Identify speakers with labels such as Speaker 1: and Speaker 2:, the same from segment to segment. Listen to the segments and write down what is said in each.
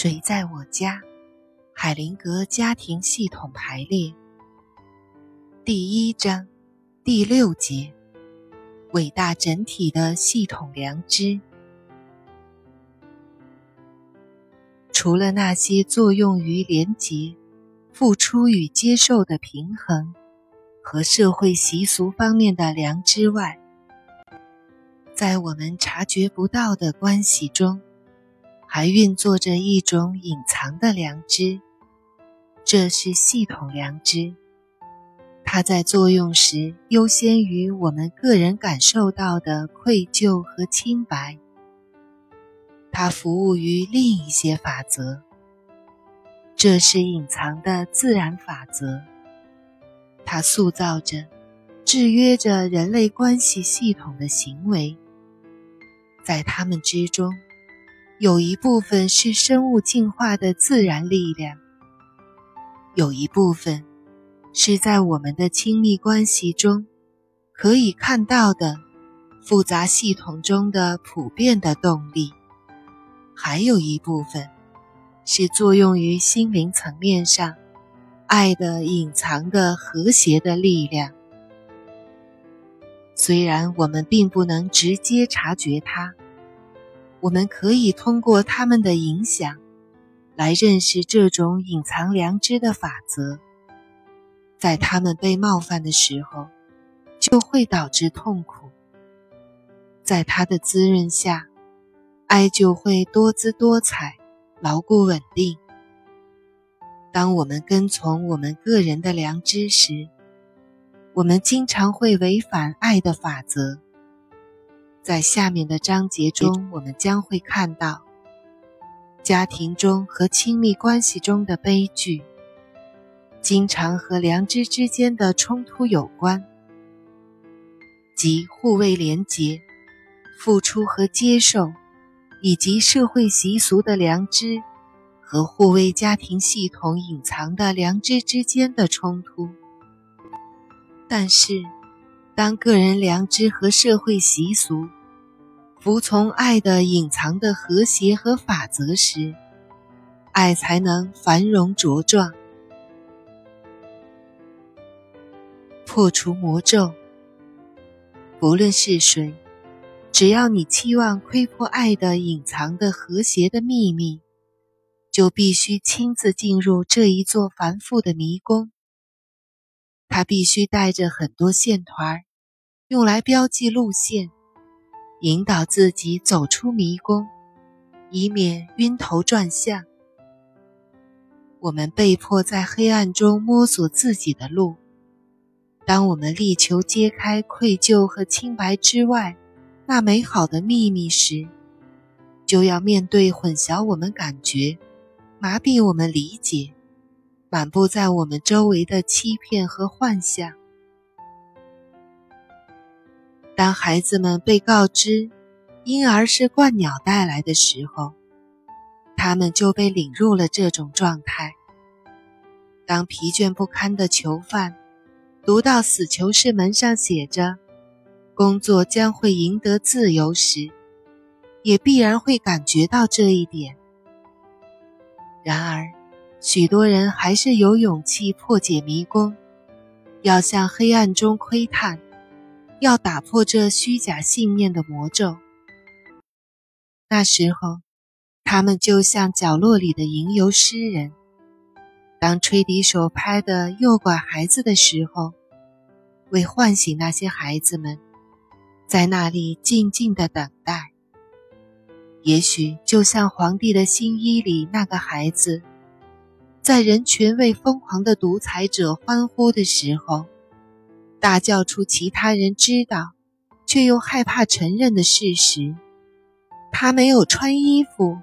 Speaker 1: 谁在我家？海灵格家庭系统排列。第1章第6节，伟大整体的系统良知。除了那些作用于连结、付出与接受的平衡和社会习俗方面的良知外，在我们察觉不到的关系中，还运作着一种隐藏的良知，这是系统良知。它在作用时优先于我们个人感受到的愧疚和清白。它服务于另一些法则，这是隐藏的自然法则。它塑造着、制约着人类关系系统的行为。在它们之中，有一部分是生物进化的自然力量，有一部分是在我们的亲密关系中可以看到的复杂系统中的普遍的动力，还有一部分是作用于心灵层面上爱的隐藏的和谐的力量。虽然我们并不能直接察觉它，我们可以通过它们的影响来认识这种隐藏良知的法则。在它们被冒犯的时候，就会导致痛苦。在它的滋润下，爱就会多姿多彩，牢固稳定。当我们跟从我们个人的良知时，我们经常会违反爱的法则。在下面的章节中，我们将会看到家庭中和亲密关系中的悲剧，经常和良知之间的冲突有关，即互为连结、付出和接受，以及社会习俗的良知和互为家庭系统隐藏的良知之间的冲突。但是，当个人良知和社会习俗服从爱的隐藏的和谐和法则时，爱才能繁荣茁壮。破除魔咒。不论是谁，只要你期望窥破爱的隐藏的和谐的秘密，就必须亲自进入这一座繁复的迷宫。他必须带着很多线团，用来标记路线，引导自己走出迷宫，以免晕头转向。我们被迫在黑暗中摸索自己的路。当我们力求揭开愧疚和清白之外那美好的秘密时，就要面对混淆我们感觉、麻痹我们理解、满布在我们周围的欺骗和幻象。当孩子们被告知婴儿是鹳鸟带来的时候，他们就被领入了这种状态。当疲倦不堪的囚犯读到死囚室门上写着工作将会赢得自由时，也必然会感觉到这一点。然而，许多人还是有勇气破解迷宫，要向黑暗中窥探，要打破这虚假信念的魔咒。那时候，他们就像角落里的吟游诗人，当吹笛手拍的诱拐孩子的时候，为唤醒那些孩子们，在那里静静地等待。也许就像皇帝的新衣里那个孩子，在人群为疯狂的独裁者欢呼的时候，大叫出其他人知道却又害怕承认的事实：他没有穿衣服。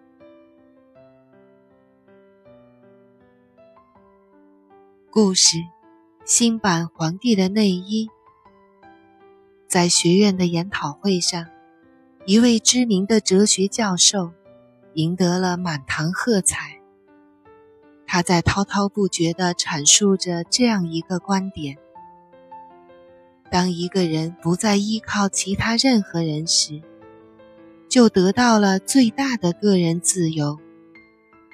Speaker 1: 故事：新版皇帝的内衣。在学院的研讨会上，一位知名的哲学教授赢得了满堂喝彩。他在滔滔不绝地阐述着这样一个观点：当一个人不再依靠其他任何人时，就得到了最大的个人自由。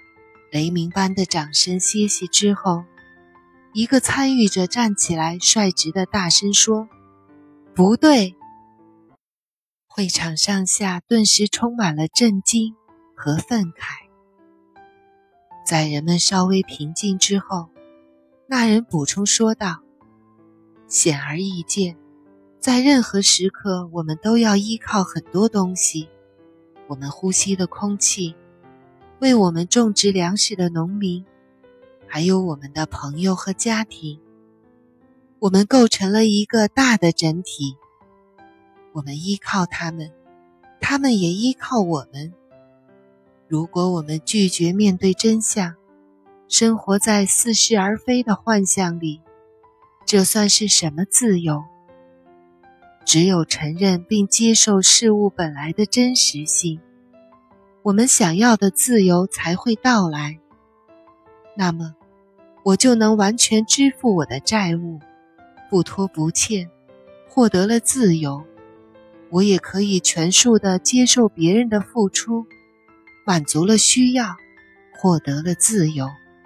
Speaker 1: 雷鸣般的掌声歇息之后，一个参与者站起来，率直地大声说：“不对！”会场上下顿时充满了震惊和愤慨。在人们稍微平静之后，那人补充说道：“显而易见，在任何时刻，我们都要依靠很多东西，我们呼吸的空气，为我们种植粮食的农民，还有我们的朋友和家庭。我们构成了一个大的整体，我们依靠他们，他们也依靠我们。如果我们拒绝面对真相，生活在似是而非的幻象里，这算是什么自由？只有承认并接受事物本来的真实性，我们想要的自由才会到来。那么，我就能完全支付我的债务，不拖不欠，获得了自由。我也可以全数地接受别人的付出，满足了需要，获得了自由。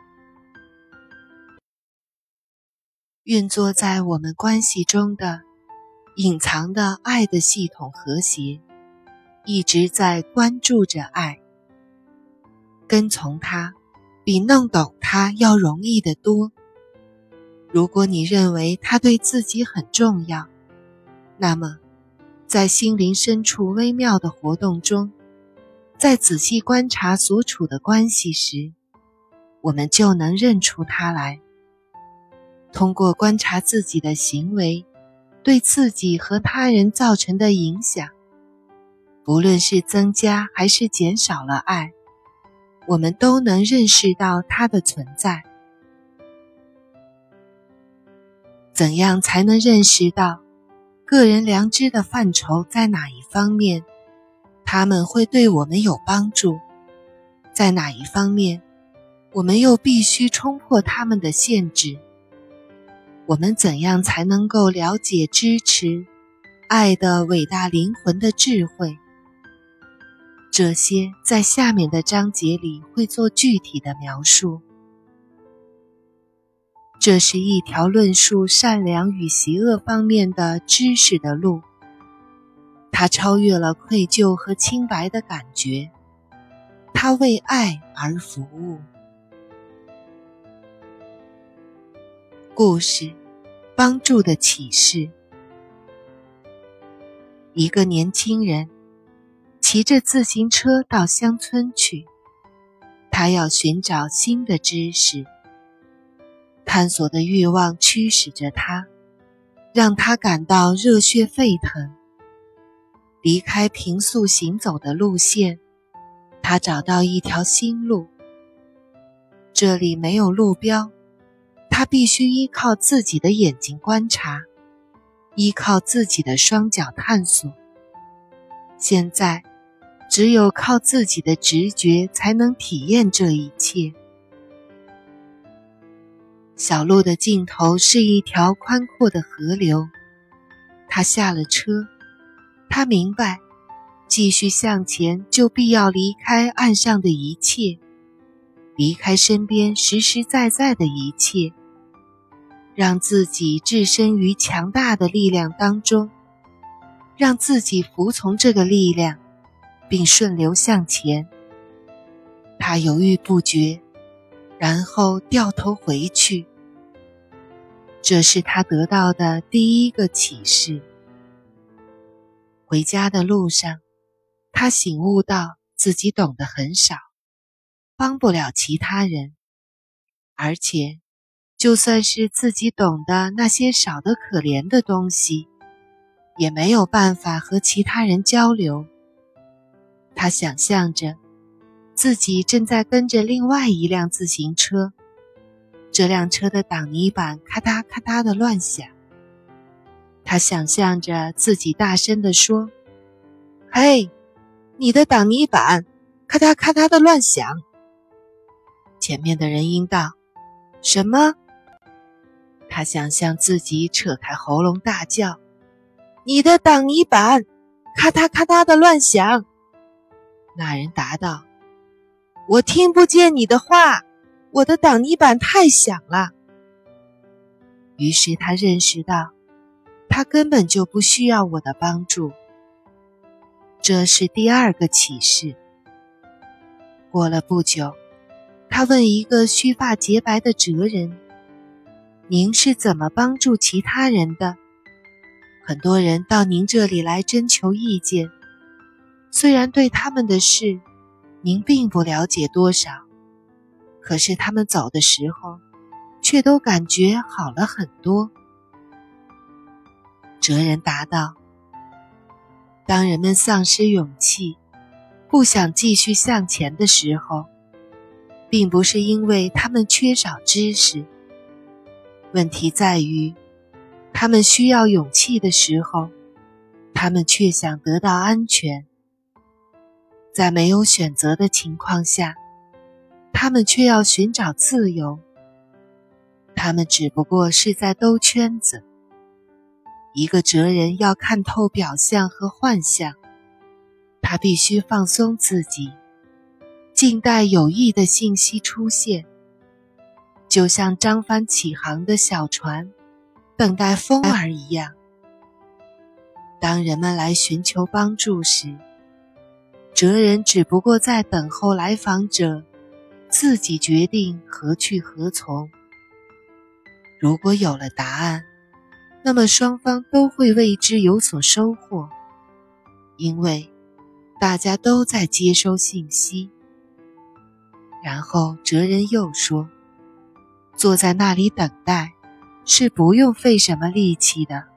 Speaker 1: 运作在我们关系中的隐藏的爱的系统和谐，一直在关注着爱。跟从它，比弄懂它要容易得多。如果你认为它对自己很重要，那么在心灵深处微妙的活动中，在仔细观察所处的关系时，我们就能认出它来。通过观察自己的行为对自己和他人造成的影响，不论是增加还是减少了爱，我们都能认识到它的存在。怎样才能认识到个人良知的范畴在哪一方面，它们会对我们有帮助，在哪一方面，我们又必须冲破它们的限制？我们怎样才能够了解支持爱的伟大灵魂的智慧？这些在下面的章节里会做具体的描述。这是一条论述善良与邪恶方面的知识的路，它超越了愧疚和清白的感觉，它为爱而服务。故事，帮助的启示。一个年轻人骑着自行车到乡村去，他要寻找新的知识。探索的欲望驱使着他，让他感到热血沸腾。离开平素行走的路线，他找到一条新路。这里没有路标，他必须依靠自己的眼睛观察，依靠自己的双脚探索。现在，只有靠自己的直觉才能体验这一切。小路的尽头是一条宽阔的河流，他下了车，他明白，继续向前就必要离开岸上的一切，离开身边实实在在的一切，让自己置身于强大的力量当中，让自己服从这个力量，并顺流向前。他犹豫不决，然后掉头回去。这是他得到的第一个启示。回家的路上，他醒悟到自己懂得很少，帮不了其他人，而且就算是自己懂得那些少得可怜的东西，也没有办法和其他人交流。他想象着自己正在跟着另外一辆自行车，这辆车的挡泥板咔嗒咔嗒地乱响。他想象着自己大声地说：“嘿，你的挡泥板咔嗒咔嗒地乱响。”前面的人应道：“什么？”他想象自己扯开喉咙大叫：“你的挡泥板咔嗒咔嗒地乱响。”那人答道：“我听不见你的话。” 我的挡泥板太响了。于是他认识到，他根本就不需要我的帮助。这是第二个启示。过了不久，他问一个须发洁白的哲人：您是怎么帮助其他人的？很多人到您这里来征求意见，虽然对他们的事您并不了解多少，可是他们走的时候却都感觉好了很多。哲人答道：当人们丧失勇气，不想继续向前的时候，并不是因为他们缺少知识，问题在于他们需要勇气的时候，他们却想得到安全。在没有选择的情况下，他们却要寻找自由。他们只不过是在兜圈子。一个哲人要看透表象和幻象，他必须放松自己，静待有益的信息出现，就像张帆起航的小船等待风儿一样。当人们来寻求帮助时，哲人只不过在等候来访者自己决定何去何从。如果有了答案，那么双方都会为之有所收获，因为大家都在接收信息。然后哲人又说，坐在那里等待是不用费什么力气的。